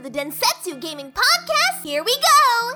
the Densetsu Gaming Podcast. Here we go!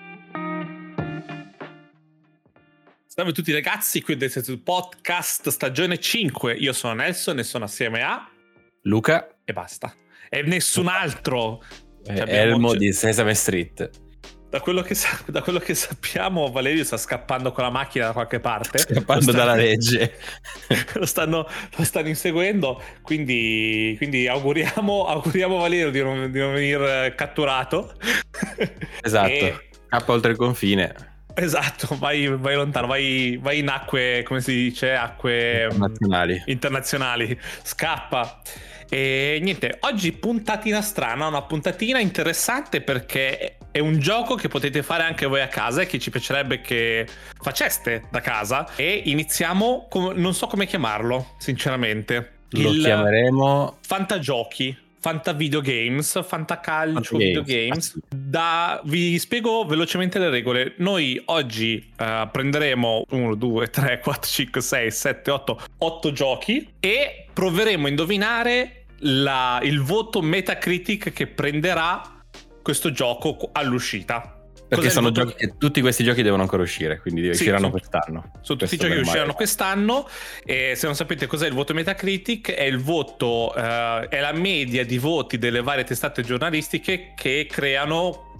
Salve a tutti ragazzi, qui è Densetsu Podcast stagione 5. Io sono Nelson e sono assieme a Luca e basta. E nessun altro. Elmo di Sesame Street. Da quello che sappiamo, Valerio sta scappando con la macchina da qualche parte. Scappando dalla legge. Lo stanno inseguendo, quindi auguriamo a Valerio di non venire catturato. Esatto, scappa oltre il confine. Esatto, vai lontano, vai in acque, come si dice, acque internazionali. Scappa. E niente, oggi puntatina strana, una puntatina interessante perché è un gioco che potete fare anche voi a casa e che ci piacerebbe che faceste da casa. E iniziamo, non so come chiamarlo, sinceramente. Lo chiameremo Fantagiochi, Fantavideogames, Fantacalcio Videogames. Vi spiego velocemente le regole. Noi oggi prenderemo 1, 2, 3, 4, 5, 6, 7, 8 giochi e proveremo a indovinare il voto Metacritic che prenderà questo gioco all'uscita. Perché sono giochi che tutti questi giochi devono ancora uscire, quindi usciranno quest'anno. Sono tutti giochi che usciranno quest'anno. E se non sapete cos'è il voto Metacritic, è il voto, è la media di voti delle varie testate giornalistiche che creano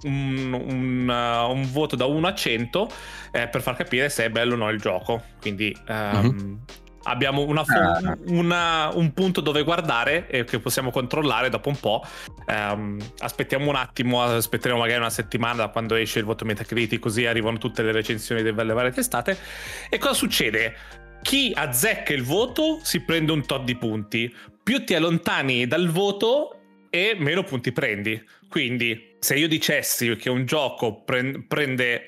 un voto da 1 a 100 per far capire se è bello o no il gioco. Quindi abbiamo un punto dove guardare e che possiamo controllare dopo un po'. Aspettiamo un attimo, aspetteremo magari una settimana da quando esce il voto Metacritic, così arrivano tutte le recensioni delle varie testate. E cosa succede? Chi azzecca il voto si prende un tot di punti. Più ti allontani dal voto e meno punti prendi. Quindi se io dicessi che un gioco prende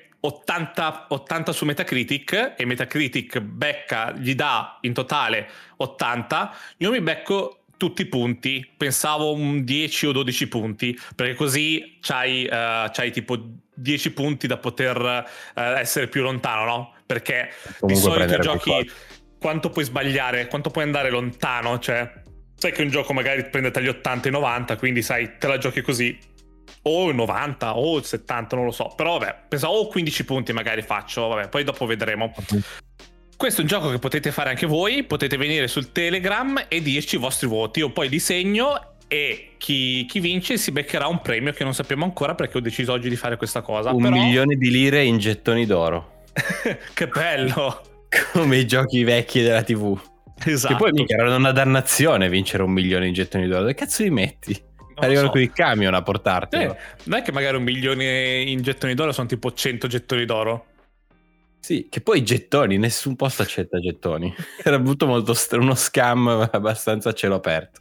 80 su Metacritic e Metacritic gli dà in totale 80, io mi becco tutti i punti. Pensavo un 10 o 12 punti, perché così c'hai tipo 10 punti da poter essere più lontano, no? Perché di solito i giochi, quanto puoi sbagliare, quanto puoi andare lontano, cioè sai che un gioco magari prende tra gli 80 e 90, quindi sai, te la giochi così, o 90 o 70, non lo so, però vabbè, pensavo 15 punti magari faccio, vabbè, poi dopo vedremo. Questo è un gioco che potete fare anche voi, potete venire sul Telegram e dirci i vostri voti, io poi li segno e chi vince si beccherà un premio che non sappiamo ancora, perché ho deciso oggi di fare questa cosa. 1 milione di lire in gettoni d'oro. Che bello! Come i giochi vecchi della TV. Esatto. Che poi mica era una dannazione vincere 1 milione in gettoni d'oro, dove cazzo li metti? Arrivano qui i camion a portartelo. Non è che magari 1 milione in gettoni d'oro sono tipo 100 gettoni d'oro? Sì, che poi gettoni, nessun posto accetta gettoni. Era avuto uno scam abbastanza a cielo aperto.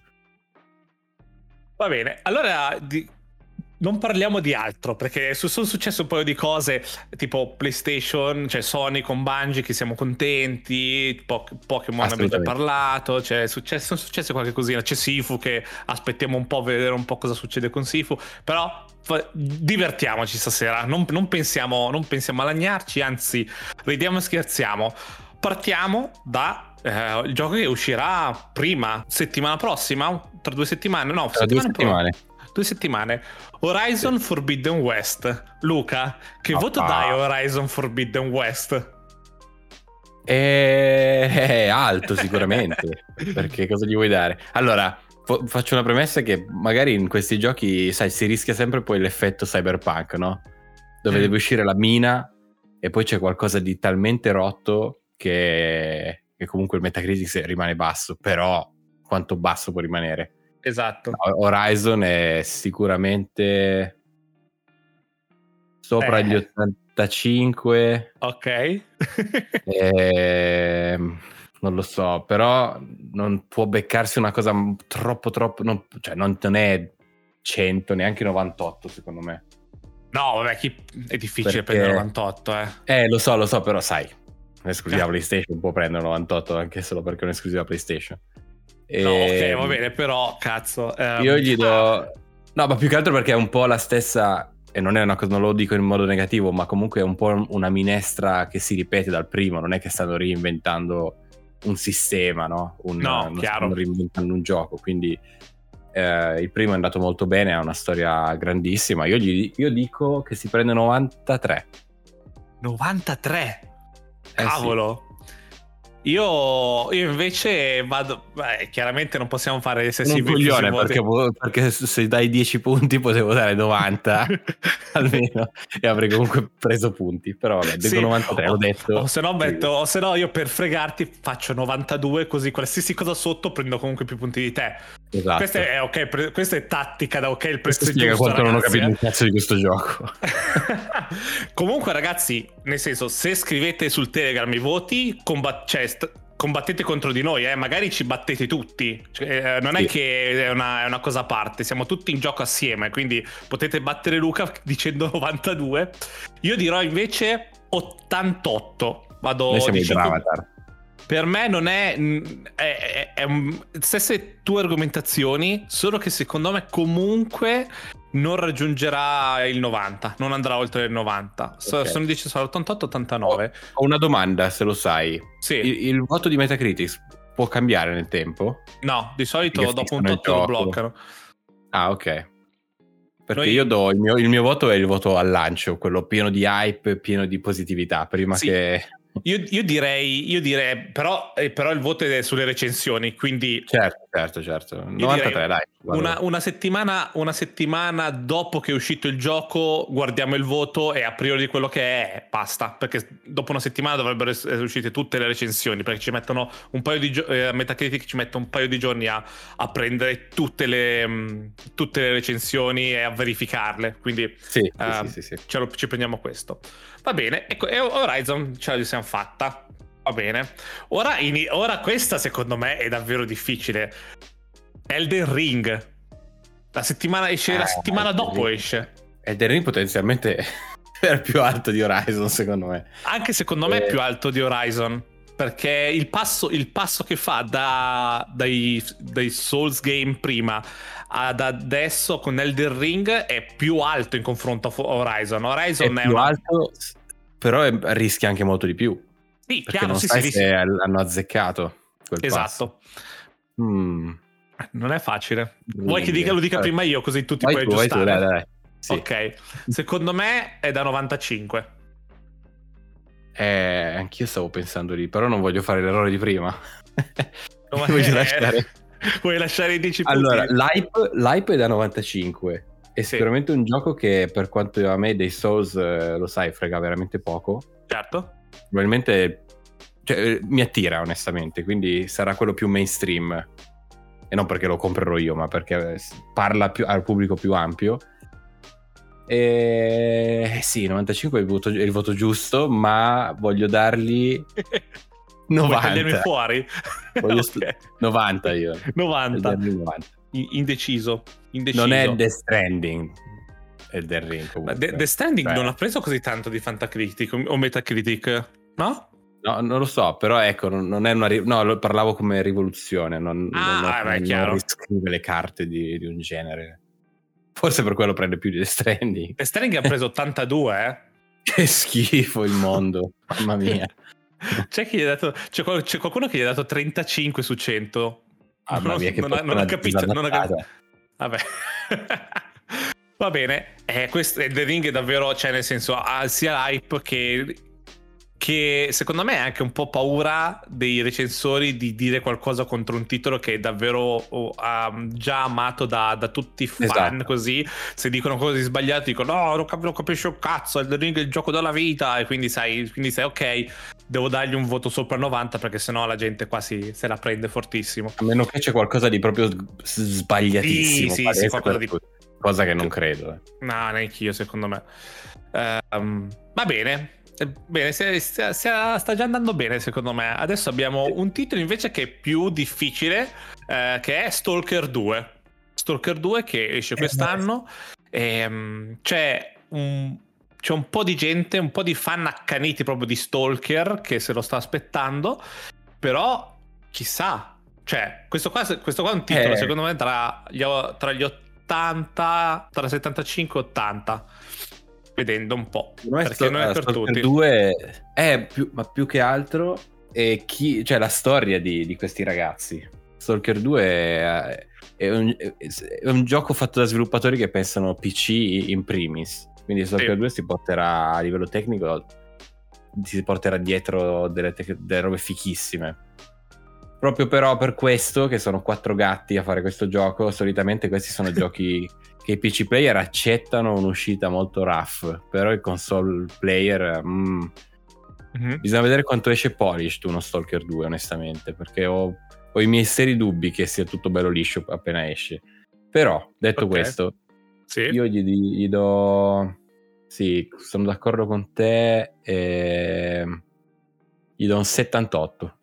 Va bene, allora non parliamo di altro, perché sono successe un paio di cose tipo PlayStation, cioè Sony con Bungie, che siamo contenti, Pokémon abbiamo già parlato, sono successe qualche cosina, c'è Sifu che aspettiamo un po', vedere un po' cosa succede con Sifu, però divertiamoci stasera, non pensiamo a lagnarci, anzi ridiamo e scherziamo. Partiamo da il gioco che uscirà settimana prossima, tra 2 settimane, no, tra 2 settimane. 2 settimane. Horizon Forbidden West. Luca, che voto dai a Horizon Forbidden West? È alto sicuramente. Perché cosa gli vuoi dare? Allora, faccio una premessa che magari in questi giochi, sai, si rischia sempre poi l'effetto cyberpunk, no? Dove deve uscire la mina e poi c'è qualcosa di talmente rotto che comunque il Metacritic rimane basso, però quanto basso può rimanere? Esatto. Horizon è sicuramente sopra gli 85. Ok. Non lo so, però non può beccarsi una cosa troppo cioè non è 100, neanche 98 secondo me. No, vabbè, è difficile prendere 98, Lo so, però sai, un'esclusiva PlayStation può prendere 98 anche solo perché è un'esclusiva PlayStation. No, ok, va bene, però cazzo, io gli do no, ma più che altro perché è un po' la stessa, e non è una cosa, non lo dico in modo negativo, ma comunque è un po' una minestra che si ripete dal primo, non è che stanno reinventando un sistema, no? No, chiaro. Stanno reinventando un gioco, quindi il primo è andato molto bene, ha una storia grandissima. Io dico che si prende 93. 93? Sì. Cavolo! Io invece vado. Chiaramente non possiamo fare Sono un coglione perché se dai 10 punti potevo dare 90 almeno e avrei comunque preso punti. Però vabbè, dico 93, ho detto. O se no io per fregarti faccio 92, così qualsiasi cosa sotto prendo comunque più punti di te. Esatto. Questa è tattica da ok, il prezzo spiega giusto, quanto non ho ragazzi, capito il cazzo di questo gioco. Comunque ragazzi, nel senso, se scrivete sul Telegram i voti, combattete contro di noi, magari ci battete tutti, non è che è una cosa a parte, siamo tutti in gioco assieme, quindi potete battere Luca dicendo 92. Io dirò invece 88. Vado. Noi siamo i Dravatar. Per me non è stesse tue argomentazioni, solo che secondo me comunque non raggiungerà il 90, non andrà oltre il 90. Okay. Sono deciso all'88-89. Ho una domanda, se lo sai. Sì. Il voto di Metacritic può cambiare nel tempo? No, di solito Perché dopo un fissano il tot lo gioco. bloccano. Ah, ok. Perché Noi- io do il mio voto è il voto al lancio, quello pieno di hype, pieno di positività, prima Sì. che... Io direi però il voto è sulle recensioni, quindi Certo. 93, dai. una settimana dopo che è uscito il gioco guardiamo il voto e a priori quello che è basta, perché dopo una settimana dovrebbero essere uscite tutte le recensioni, perché ci mettono un paio di Metacritic ci mette un paio di giorni a prendere tutte le recensioni e a verificarle, quindi Sì. ci prendiamo questo. Va bene, ecco, e Horizon ce la siamo fatta. Va bene. Ora questa secondo me è davvero difficile. Elden Ring. La settimana dopo esce. Elden Ring potenzialmente era più alto di Horizon, secondo me. Anche secondo me è più alto di Horizon. Perché il passo che fa dai Souls game prima ad adesso con Elden Ring è più alto in confronto a Horizon. Horizon è più alto, però rischia anche molto di più. Sì, perché chiaro, non sì, sai sì, se hanno azzeccato quel esatto. passo. Non è facile. Vuoi che lo dica prima io, così tu ti puoi Vai tu, aggiustare? dai. Sì. Ok, secondo me è da 95. Anch'io stavo pensando lì, però non voglio fare l'errore di prima. Vuoi lasciare i 10 punti? Allora, l'hype è da 95. È sicuramente un gioco che, per quanto a me dei Souls, lo sai, frega veramente poco. Certo. Probabilmente mi attira, onestamente, quindi sarà quello più mainstream. E non perché lo comprerò io, ma perché parla al pubblico più ampio. E sì, 95 è il voto giusto, ma voglio dargli 90. Vuoi tagliarmi fuori? Okay. 90 io. 90. Indeciso. Non è Death Stranding. È Elden Ring comunque. Death Stranding non ha preso così tanto di Fantacritic o Metacritic, no? No, non lo so, però ecco, non è no, parlavo come rivoluzione, non riscrive le carte di un genere. Forse per quello prende più di Death Stranding. Death Stranding ha preso 82, eh? Che schifo il mondo, mamma mia. C'è qualcuno che gli ha dato 35 su 100. Mamma mia, non ha capito. Vabbè. Va bene. Questo The Ring è davvero, cioè nel senso, ha sia hype che secondo me è anche un po' paura dei recensori di dire qualcosa contro un titolo che è davvero già amato da tutti i fan. Esatto. Così se dicono cose sbagliate dicono no, non capisci un cazzo, Elden Ring è il gioco della vita, e quindi sai ok, devo dargli un voto sopra 90 perché sennò la gente qua se la prende fortissimo, a meno che c'è qualcosa di proprio sbagliatissimo. Sì, qualcosa di... cosa che non credo. No, neanche io, secondo me. Va bene. Bene, sta già andando bene secondo me. Adesso abbiamo un titolo invece che è più difficile, che è Stalker 2. Stalker 2 che esce quest'anno. C'è un po' di gente, un po' di fan accaniti proprio di Stalker che se lo sta aspettando. Però chissà, cioè questo qua è un titolo secondo me tra gli 80, tra 75 e 80. Vedendo un po', perché non è per tutti. 2 è più che altro cioè la storia di questi ragazzi. Stalker 2 è un gioco fatto da sviluppatori che pensano PC in primis, quindi Stalker 2 si porterà a livello tecnico, si porterà dietro delle robe fichissime. Proprio però per questo, che sono 4 gatti a fare questo gioco, solitamente questi sono giochi che i PC player accettano un'uscita molto rough, però il console player bisogna vedere quanto esce polished uno Stalker 2, onestamente, perché ho i miei seri dubbi che sia tutto bello liscio appena esce. Però, detto questo, io gli do... Sì, sono d'accordo con te, gli do un 78.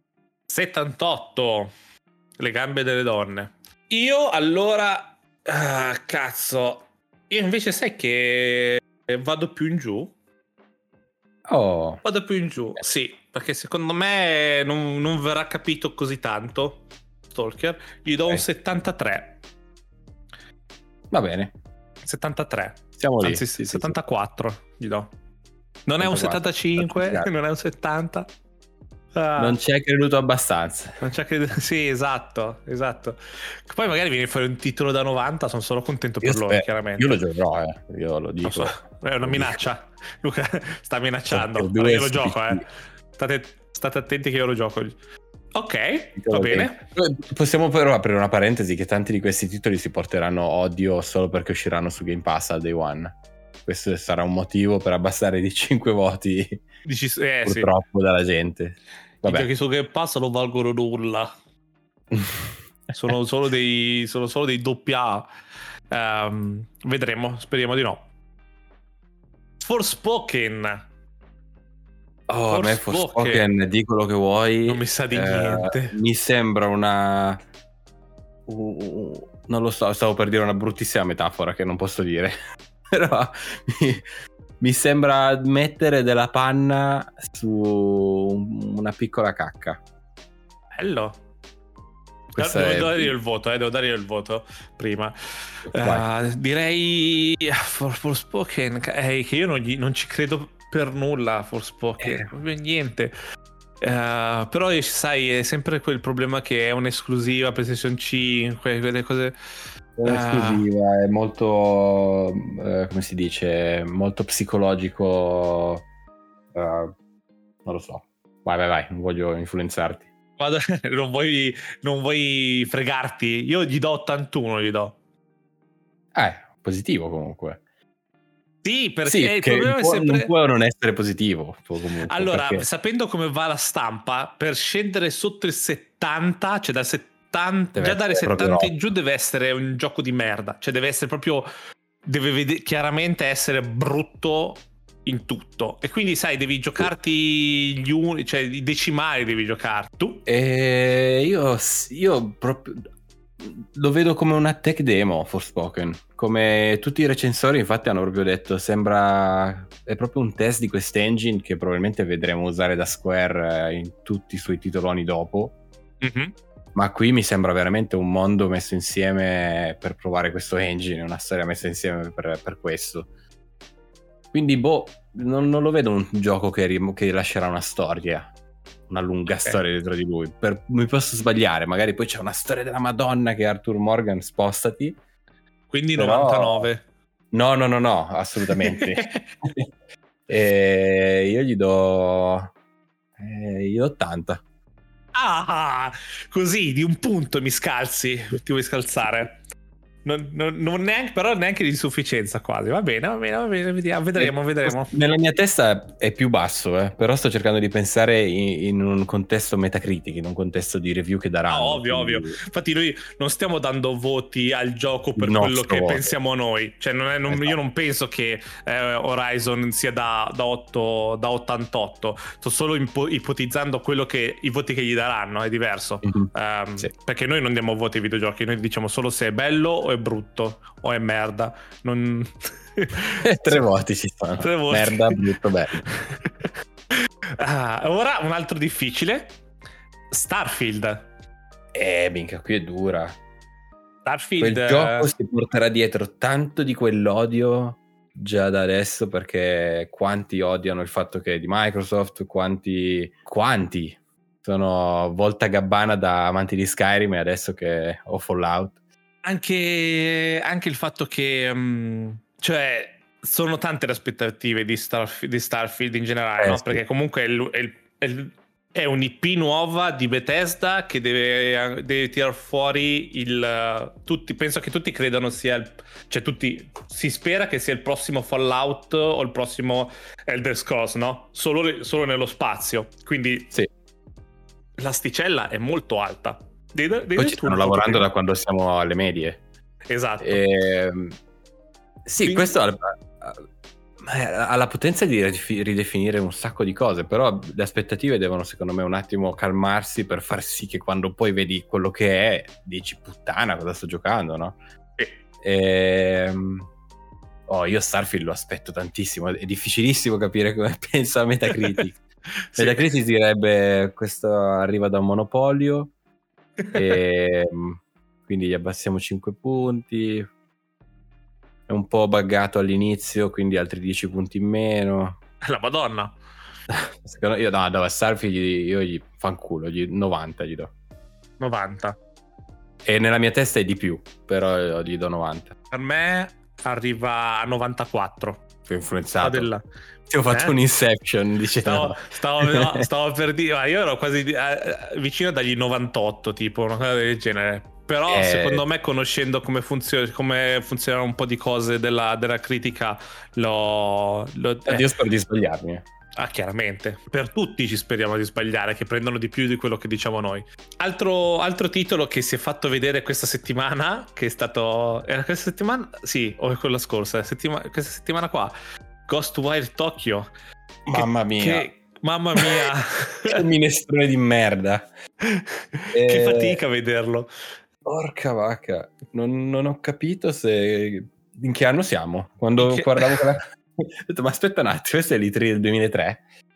78, le gambe delle donne. Io allora, cazzo, io invece sai che vado più in giù. Vado più in giù, sì, perché secondo me non verrà capito così tanto Stalker. Gli do un 73. Va bene. 73. Siamo lì. Anzi, sì, 74 sì. Gli do. Non 74. È un 75, non è un 70. Non ci hai creduto abbastanza. Non c'è creduto. Sì, esatto. Poi magari viene fuori un titolo da 90, sono solo contento per loro, chiaramente. Io lo giocherò, io lo dico. È una minaccia. Luca sta minacciando. Io lo gioco, State attenti che io lo gioco. Ok, va bene. Possiamo però aprire una parentesi che tanti di questi titoli si porteranno odio solo perché usciranno su Game Pass al day one. Questo sarà un motivo per abbassare di 5 voti purtroppo dalla gente. Vabbè. I giochi su Game Pass non valgono nulla. sono solo dei doppia A. Vedremo, speriamo di no. Forspoken. A me Forspoken, di quello che vuoi, non mi sa di niente. Mi sembra una non lo so, stavo per dire una bruttissima metafora che non posso dire. Però mi sembra mettere della panna su una piccola cacca. Bello. Devo dare io il voto prima. Direi Forspoken, che io non ci credo per nulla. Forspoken, proprio niente. Però sai, è sempre quel problema che è un'esclusiva PlayStation 5, quelle cose. Esclusiva, è molto come si dice, molto psicologico. Non lo so. Vai, non voglio influenzarti. Non vuoi fregarti? Io gli do 81, gli do. Positivo comunque. Sì, perché il problema è sempre... non può non essere positivo comunque, allora, perché... sapendo come va la stampa, per scendere sotto il 70, cioè dal 70, già dare 70 in giù deve essere un gioco di merda, cioè deve essere proprio, chiaramente essere brutto in tutto, e quindi sai, devi giocarti i decimali devi giocarti tu. Io proprio lo vedo come una tech demo Forspoken, come tutti i recensori infatti hanno proprio detto è proprio un test di quest'engine che probabilmente vedremo usare da Square in tutti i suoi titoloni dopo. Ma qui mi sembra veramente un mondo messo insieme per provare questo engine, una storia messa insieme per questo. Quindi non lo vedo un gioco che lascerà una storia, una lunga storia dietro di lui. Mi posso sbagliare, magari poi c'è una storia della Madonna che è Arthur Morgan, spostati. Quindi però... 99. No, assolutamente. Io gli do 80. Così di un punto mi scalzi, ti vuoi scalzare? Non neanche, però neanche di sufficienza quasi. Va bene, vedremo. Nella mia testa è più basso, però sto cercando di pensare in un contesto Metacritic, in un contesto di review che daranno. Ovvio. Infatti noi non stiamo dando voti al gioco per quello che pensiamo noi. Cioè esatto. Io non penso che Horizon sia da 88. Sto solo ipotizzando i voti che gli daranno, è diverso. Sì. Perché noi non diamo voti ai videogiochi, noi diciamo solo se è bello o è brutto o è merda. 3 voti ci stanno. 3 voti. Merda, brutto, bello. Ora un altro difficile. Starfield. Minchia, qui è dura. Starfield, quel gioco si porterà dietro tanto di quell'odio già da adesso, perché quanti odiano il fatto che è di Microsoft, quanti Sono volta gabbana da amanti di Skyrim e adesso che ho Fallout. Anche il fatto che cioè sono tante le aspettative di Starfield in generale, no? Sì. Perché comunque è un'IP nuova di Bethesda che deve tirar fuori penso che tutti credano sia si spera che sia il prossimo Fallout o il prossimo Elder Scrolls, no? Solo nello spazio, quindi sì, l'asticella è molto alta. Poi ci stanno lavorando da quando siamo alle medie. Esatto. Sì, Quindi... questo ha la potenza di ridefinire un sacco di cose, però le aspettative devono secondo me un attimo calmarsi per far sì che quando poi vedi quello che è dici puttana cosa sto giocando, no? Io Starfield lo aspetto tantissimo, è difficilissimo capire come pensa Metacritic. Sì. Metacritic direbbe questo arriva da un monopolio e quindi gli abbassiamo 5 punti. È un po' buggato all'inizio, quindi altri 10 punti in meno. La Madonna. Secondo io a Starfield io gli fanculo, 90 gli do. 90. E nella mia testa è di più, però gli do 90. Per me arriva a 94. Ti ho influenzato. Ti ho fatto un Inception, dicevo. Stavo per dire, ma io ero quasi vicino a dargli 98, tipo una cosa del genere. Però secondo me, conoscendo come funzionano un po' di cose della critica, Io spero di sbagliarmi. Chiaramente, per tutti ci speriamo di sbagliare, che prendano di più di quello che diciamo noi. Altro titolo che si è fatto vedere questa settimana, che è stato... Era questa settimana? Sì, o quella scorsa, questa settimana qua, Ghostwire Tokyo. Mamma mia. Mamma mia. Che minestrone di merda. Che fatica a vederlo. Porca vacca, non ho capito in che anno siamo. Quando guardavo quella... ho detto, ma aspetta un attimo, questo è l'E3 del 2003.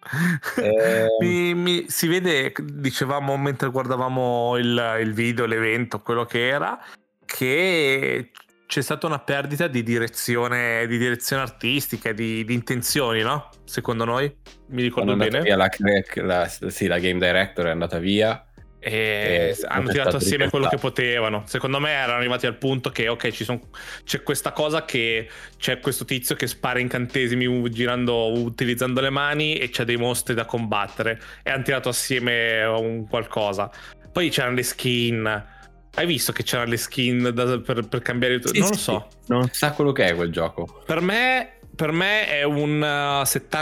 Si vede, dicevamo mentre guardavamo il video, l'evento, quello che era, che c'è stata una perdita di direzione artistica, di intenzioni, no? Secondo noi, mi ricordo bene. Via la game director è andata via. E hanno tirato assieme quello che potevano. Secondo me erano arrivati al punto che ok, c'è questa cosa, che c'è questo tizio che spara incantesimi utilizzando le mani e c'è dei mostri da combattere, e hanno tirato assieme un qualcosa. Poi c'erano le skin. Hai visto che c'erano le skin per cambiare sì, non lo so. Non sa quello che è quel gioco. Per me è un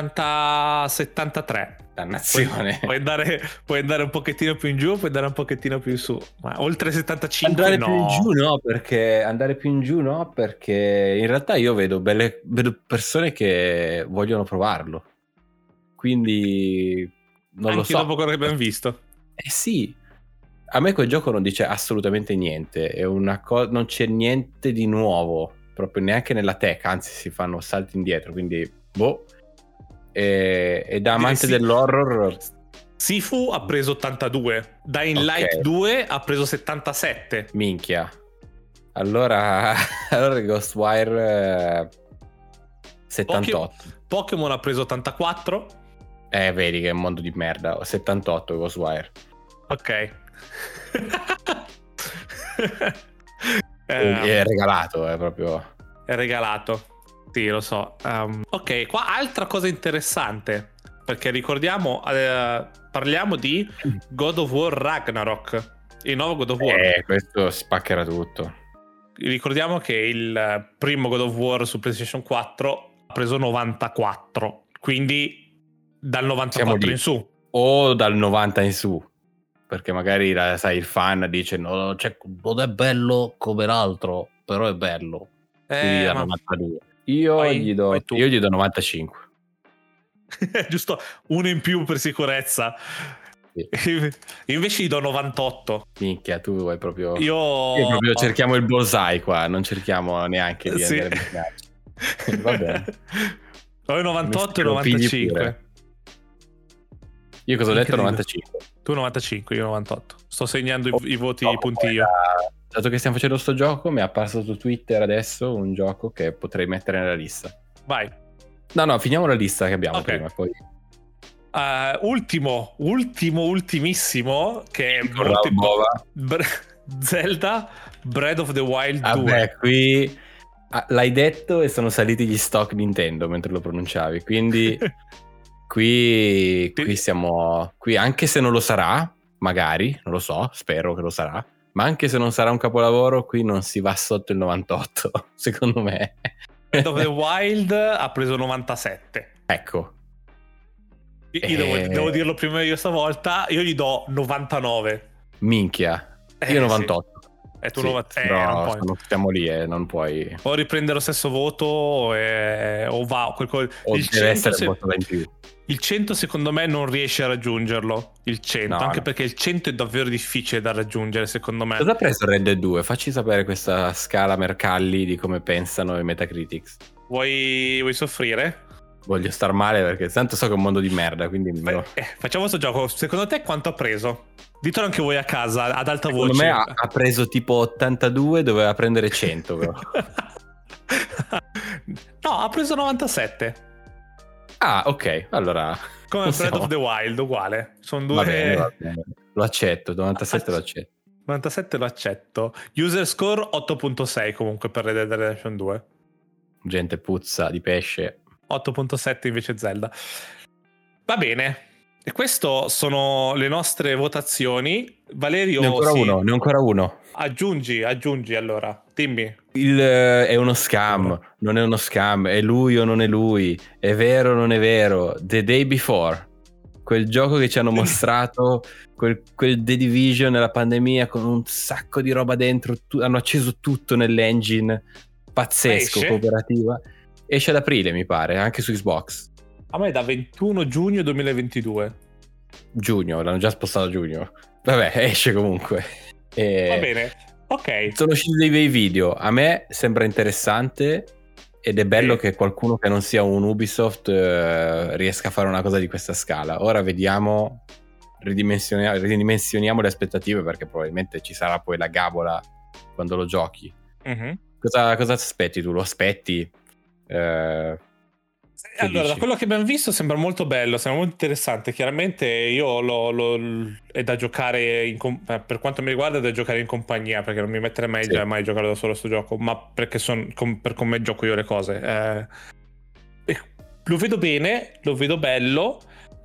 73. Dannazione. Puoi andare un pochettino più in giù, puoi andare un pochettino più in su, ma oltre 75 andare più in giù no, perché in realtà io vedo persone che vogliono provarlo, quindi non lo so. Dopo quello che abbiamo visto. Sì, a me quel gioco non dice assolutamente niente, è non c'è niente di nuovo, proprio neanche nella tech, anzi si fanno salti indietro, quindi e da amante dell'horror, Sifu ha preso 82, Dying Light 2 ha preso 77. Minchia. Allora Ghostwire 78. Pokémon ha preso 84. Vedi che è un mondo di merda. 78 Ghostwire. Ok. È regalato, è proprio. È regalato. Sì, lo so. Ok, qua altra cosa interessante, perché ricordiamo, parliamo di God of War Ragnarok, il nuovo God of War. Questo spaccherà tutto. Ricordiamo che il primo God of War su PlayStation 4 ha preso 94, quindi dal 94 in su. O dal 90 in su, perché magari sai, il fan dice no, non è bello come l'altro, però è bello. Quindi dal 92. Io gli do 95. Giusto, uno in più per sicurezza. Sì. Invece gli do 98. Minchia, tu hai proprio. Io proprio cerchiamo il bullseye qua, non cerchiamo neanche di andare a va bene. Ho 98 e 95. Io cosa ho detto? 95. Tu 95, io 98. Sto segnando i voti, i punti io. Dato che stiamo facendo sto gioco, mi ha passato su Twitter adesso un gioco che potrei mettere nella lista. Vai. No, finiamo la lista che abbiamo prima, poi. ultimissimo, che è Zelda Breath of the Wild 2. Vabbè, qui l'hai detto e sono saliti gli stock Nintendo mentre lo pronunciavi, quindi qui siamo qui, anche se non lo sarà, magari, non lo so, spero che lo sarà, ma anche se non sarà un capolavoro, qui non si va sotto il 98, secondo me. Breath of the Wild ha preso 97. Ecco. Io devo dirlo prima io stavolta, io gli do 99. Minchia, io 98. Sì. E tu sì, non puoi. Stiamo lì e non puoi. O riprende lo stesso voto o va o il deve essere un voto in più. Il 100 secondo me non riesce a raggiungerlo, il 100, anche perché il 100 è davvero difficile da raggiungere secondo me. Cosa ha preso Red Dead 2? Facci sapere questa scala Mercalli di come pensano i Metacritics. Vuoi soffrire? Voglio star male perché tanto so che è un mondo di merda, quindi facciamo questo gioco. Secondo te quanto ha preso? Ditelo anche voi a casa ad alta voce. Secondo me ha preso tipo 82, doveva prendere 100 però. No, ha preso 97. Ah, ok, allora come Breath of the Wild, uguale. Sono due. Va bene. Lo accetto, 97 lo accetto. 97 lo accetto. User score 8.6 comunque per Red Dead Redemption 2. Gente puzza di pesce. 8.7 invece Zelda. Va bene. E queste sono le nostre votazioni. Valerio, ne ho ancora uno. Aggiungi allora. Dimmi. È uno scam, non è uno scam, è lui o non è lui, è vero o non è vero. The Day Before, quel gioco che ci hanno mostrato, quel The Division nella pandemia con un sacco di roba dentro, hanno acceso tutto nell'engine, pazzesco, cooperativa. Esce ad aprile mi pare, anche su Xbox. A me da 21 giugno 2022. Giugno, l'hanno già spostato a giugno. Vabbè, esce comunque. Va bene, ok. Sono usciti dei bei video. A me sembra interessante ed è bello che qualcuno che non sia un Ubisoft riesca a fare una cosa di questa scala. Ora vediamo, ridimensioniamo le aspettative perché probabilmente ci sarà poi la gabola quando lo giochi. Mm-hmm. Cosa aspetti tu? Lo aspetti? Allora, da quello che abbiamo visto sembra molto bello, sembra molto interessante. Chiaramente io è da giocare per quanto mi riguarda è da giocare in compagnia, perché non mi metterei mai a giocare da solo sto gioco, ma perché per come gioco io le cose. Lo vedo bene, lo vedo bello.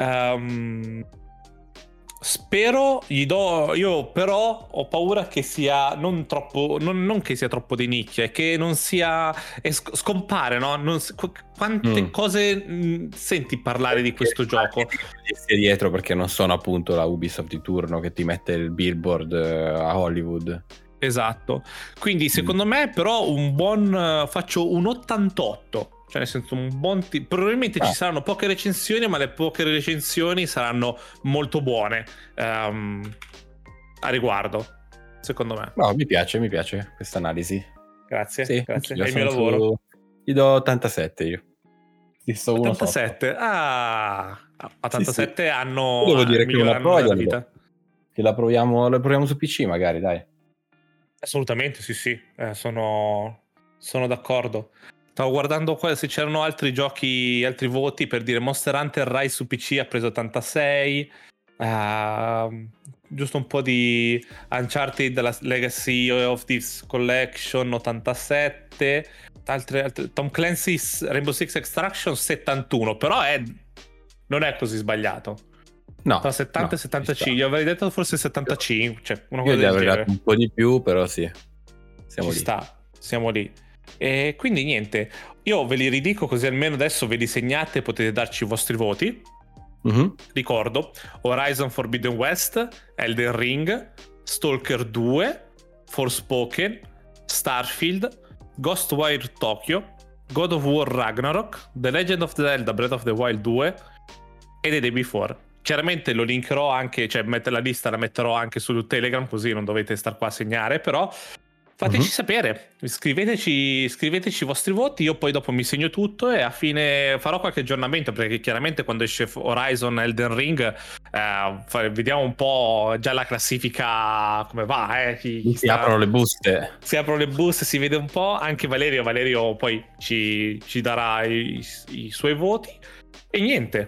Spero, io però ho paura che sia non troppo, non che sia troppo di nicchia, che non sia scompare, no? Quante cose senti parlare di questo gioco? Stia dietro perché non sono appunto la Ubisoft di turno che ti mette il billboard a Hollywood. Esatto, quindi secondo me però faccio un 88. Cioè nel senso un buon probabilmente ci saranno poche recensioni, ma le poche recensioni saranno molto buone a riguardo, secondo me. No, mi piace questa analisi. Grazie, sì, grazie, è il mio lavoro. Gli do 87 io. 87? A 87 sì. Hanno devo dire che una prova della vita. Che la proviamo su PC magari, dai. Assolutamente, sì. Sono d'accordo. Stavo guardando qua se c'erano altri giochi, altri voti, per dire Monster Hunter Rise su PC ha preso 86, giusto un po' di Uncharted della Legacy of Thieves Collection 87, altre Tom Clancy's Rainbow Six Extraction 71, però non è così sbagliato. No, tra 70 e 75, io avrei detto forse 75, cioè una cosa del genere. Io avrei dato un po' di più, però sì, siamo lì. E quindi niente, io ve li ridico così almeno adesso ve li segnate e potete darci i vostri voti. Ricordo Horizon Forbidden West, Elden Ring, Stalker 2, Forspoken, Starfield, Ghostwire Tokyo, God of War Ragnarok, The Legend of Zelda Breath of the Wild 2 e The Day Before. Chiaramente lo linkerò anche, cioè la lista la metterò anche su Telegram, così non dovete star qua a segnare, però fateci sapere, scriveteci i vostri voti, io poi dopo mi segno tutto e a fine farò qualche aggiornamento, perché chiaramente quando esce Horizon Elden Ring vediamo un po' già la classifica come va. Si aprono le buste. Si vede un po', anche Valerio poi ci darà i suoi voti e niente.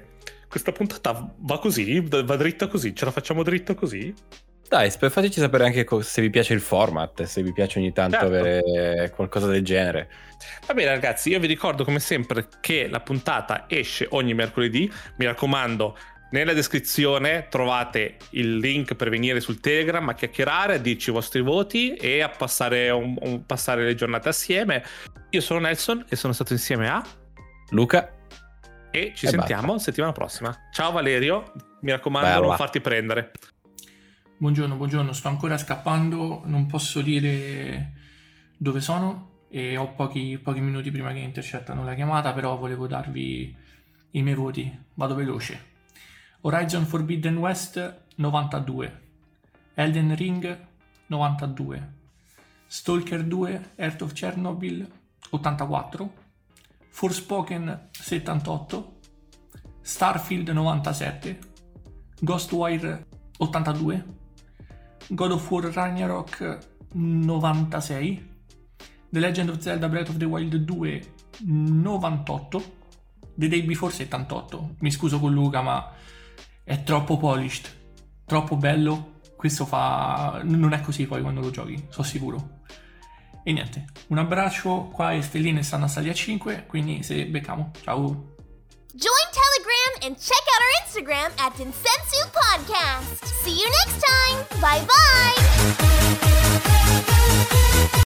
questa puntata va così, va dritta così, ce la facciamo dritta così? Dai, fateci sapere anche se vi piace il format, se vi piace ogni tanto avere qualcosa del genere. Va bene ragazzi, io vi ricordo come sempre che la puntata esce ogni mercoledì, mi raccomando, nella descrizione trovate il link per venire sul Telegram a chiacchierare, a dirci i vostri voti e a passare, passare le giornate assieme. Io sono Nelson e sono stato insieme a Luca e ci sentiamo settimana prossima. Ciao Valerio, mi raccomando non farti prendere. Buongiorno, sto ancora scappando, non posso dire dove sono e ho pochi minuti prima che intercettano la chiamata, però volevo darvi i miei voti, vado veloce. Horizon Forbidden West 92, Elden Ring 92, Stalker 2 Heart of Chernobyl 84, Forspoken 78, Starfield 97, Ghostwire 82, God of War Ragnarok 96, The Legend of Zelda Breath of the Wild 2 98, The Day Before 78. Mi scuso con Luca, ma è troppo polished, troppo bello. Questo non è così poi quando lo giochi, sono sicuro. E niente, un abbraccio, qua le stelline stanno stati a 5, quindi se beccamo, ciao. Join Telegram and check out our Instagram at Densensu Podcast. See you next time. Bye bye.